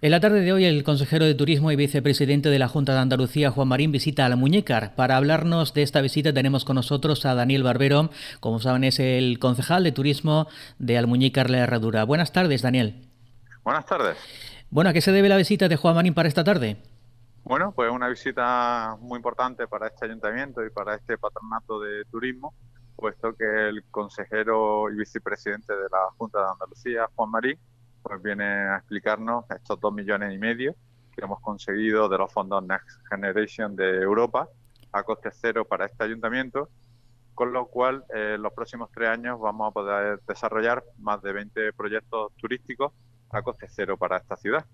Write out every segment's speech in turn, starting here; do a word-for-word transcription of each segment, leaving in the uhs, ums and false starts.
En la tarde de hoy, el consejero de Turismo y vicepresidente de la Junta de Andalucía, Juan Marín, visita Almuñécar. Para hablarnos de esta visita tenemos con nosotros a Daniel Barbero. Como saben, es el concejal de Turismo de Almuñécar La Herradura. Buenas tardes, Daniel. Buenas tardes. Bueno, ¿a qué se debe la visita de Juan Marín para esta tarde? Bueno, pues una visita muy importante para este ayuntamiento y para este patronato de turismo, puesto que el consejero y vicepresidente de la Junta de Andalucía, Juan Marín, pues viene a explicarnos estos dos millones y medio que hemos conseguido de los fondos Next Generation de Europa a coste cero para este ayuntamiento, con lo cual eh, en los próximos tres años vamos a poder desarrollar más de veinte proyectos turísticos a coste cero para esta ciudad.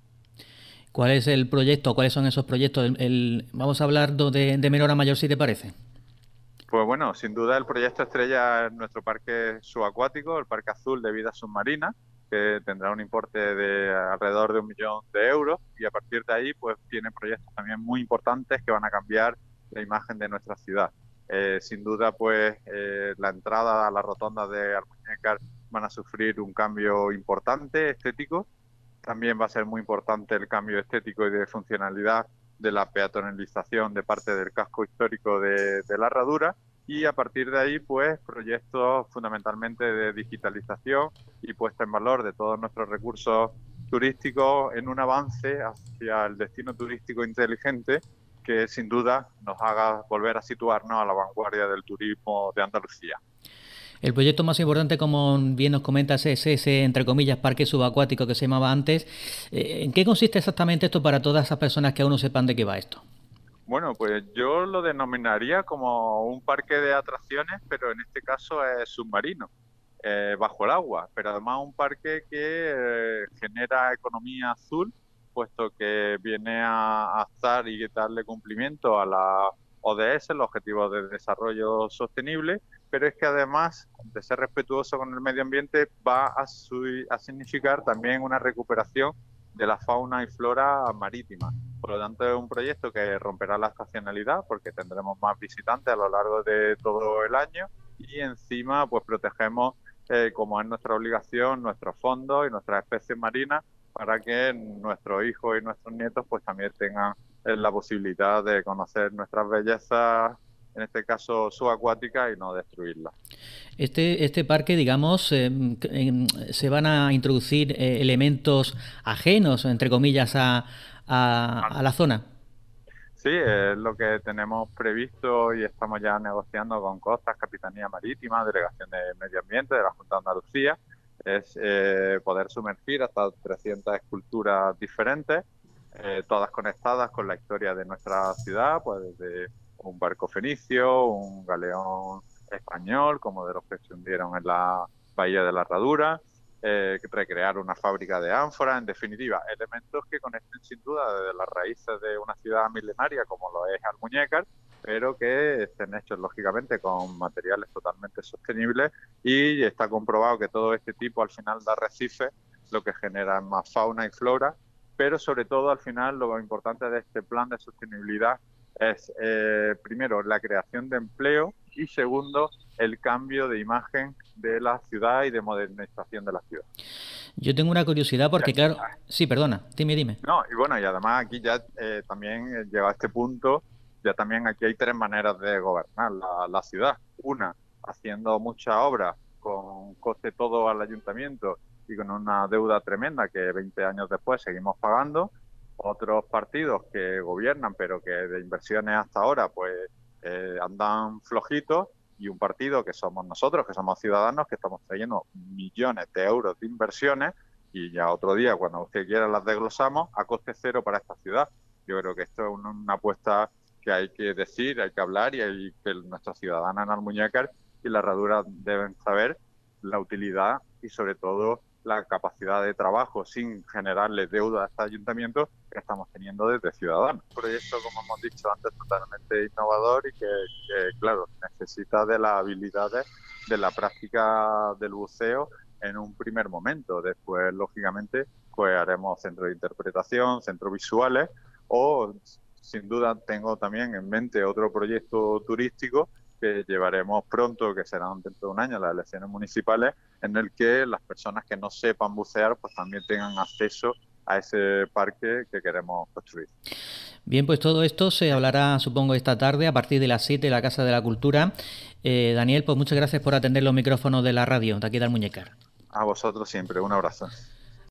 ¿Cuál es el proyecto? ¿Cuáles son esos proyectos? El- el- vamos a hablar do- de, de menor a mayor, si te parece. Pues bueno, sin duda el proyecto estrella es nuestro parque subacuático, el Parque Azul de Vida Submarina, que tendrá un importe de alrededor de un millón de euros y a partir de ahí pues tiene proyectos también muy importantes que van a cambiar la imagen de nuestra ciudad. Eh, sin duda pues eh, la entrada a la rotonda de Almuñécar van a sufrir un cambio importante estético. También va a ser muy importante el cambio estético y de funcionalidad de la peatonalización de parte del casco histórico de, de la Herradura y a partir de ahí, pues, proyectos fundamentalmente de digitalización y puesta en valor de todos nuestros recursos turísticos en un avance hacia el destino turístico inteligente que sin duda nos haga volver a situarnos a la vanguardia del turismo de Andalucía. El proyecto más importante, como bien nos comentas, es ese, entre comillas, parque subacuático que se llamaba antes. Eh, ¿En qué consiste exactamente esto para todas esas personas que aún no sepan de qué va esto? Bueno, pues yo lo denominaría como un parque de atracciones, pero en este caso es submarino, eh, bajo el agua, pero además un parque que eh, genera economía azul, puesto que viene a, a estar y darle cumplimiento a la O D S, los Objetivos de Desarrollo Sostenible, pero es que además de ser respetuoso con el medio ambiente va a, su- a significar también una recuperación de la fauna y flora marítima. Por lo tanto, es un proyecto que romperá la estacionalidad porque tendremos más visitantes a lo largo de todo el año y encima pues protegemos, eh, como es nuestra obligación, nuestros fondos y nuestras especies marinas para que nuestros hijos y nuestros nietos pues también tengan eh, la posibilidad de conocer nuestras bellezas, en este caso subacuáticas, y no destruirlas. Este, este parque, digamos, eh, em, se van a introducir eh, elementos ajenos, entre comillas, a, a- a la zona. Sí, es lo que tenemos previsto y estamos ya negociando con Costas, Capitanía Marítima, Delegación de Medio Ambiente de la Junta de Andalucía, es eh, poder sumergir hasta trescientas esculturas diferentes, eh, todas conectadas con la historia de nuestra ciudad, pues desde un barco fenicio, un galeón español, como de los que se hundieron en la Bahía de la Herradura, eh, recrear una fábrica de ánforas, en definitiva, elementos que conecten sin duda desde las raíces de una ciudad milenaria como lo es Almuñécar, pero que estén hechos lógicamente con materiales totalmente sostenibles y está comprobado que todo este tipo al final da arrecifes, lo que genera más fauna y flora, pero sobre todo al final lo importante de este plan de sostenibilidad es eh, primero la creación de empleo y segundo el cambio de imagen de la ciudad y de modernización de la ciudad. Yo tengo una curiosidad Ya, porque, claro, sí, perdona, dime, dime. no, y bueno, y además aquí ya eh, también eh, llega a este punto, ya también aquí hay tres maneras de gobernar la, la ciudad. Una, haciendo mucha obra con coste todo al ayuntamiento y con una deuda tremenda que veinte años después seguimos pagando. Otros partidos que gobiernan, pero que de inversiones hasta ahora pues eh, andan flojitos. Y un partido que somos nosotros, que somos ciudadanos, que estamos trayendo millones de euros de inversiones y ya otro día, cuando usted quiera, las desglosamos a coste cero para esta ciudad. Yo creo que esto es una, una apuesta que hay que decir, hay que hablar y hay que nuestros ciudadanos en Almuñécar y la Herradura deben saber la utilidad y sobre todo la capacidad de trabajo sin generarle deuda a este ayuntamiento que estamos teniendo desde Ciudadanos. Un proyecto, como hemos dicho antes, totalmente innovador y que, que claro, necesita de las habilidades de la práctica del buceo en un primer momento. Después, lógicamente, pues haremos centros de interpretación, centros visuales o, sin duda, tengo también en mente otro proyecto turístico que llevaremos pronto, que serán dentro de un año las elecciones municipales, en el que las personas que no sepan bucear pues también tengan acceso a ese parque que queremos construir. Bien, pues todo esto se hablará, supongo, esta tarde a partir de las siete en la Casa de la Cultura. Eh, Daniel, pues muchas gracias por atender los micrófonos de la radio de aquí de Almuñécar. A vosotros siempre, un abrazo.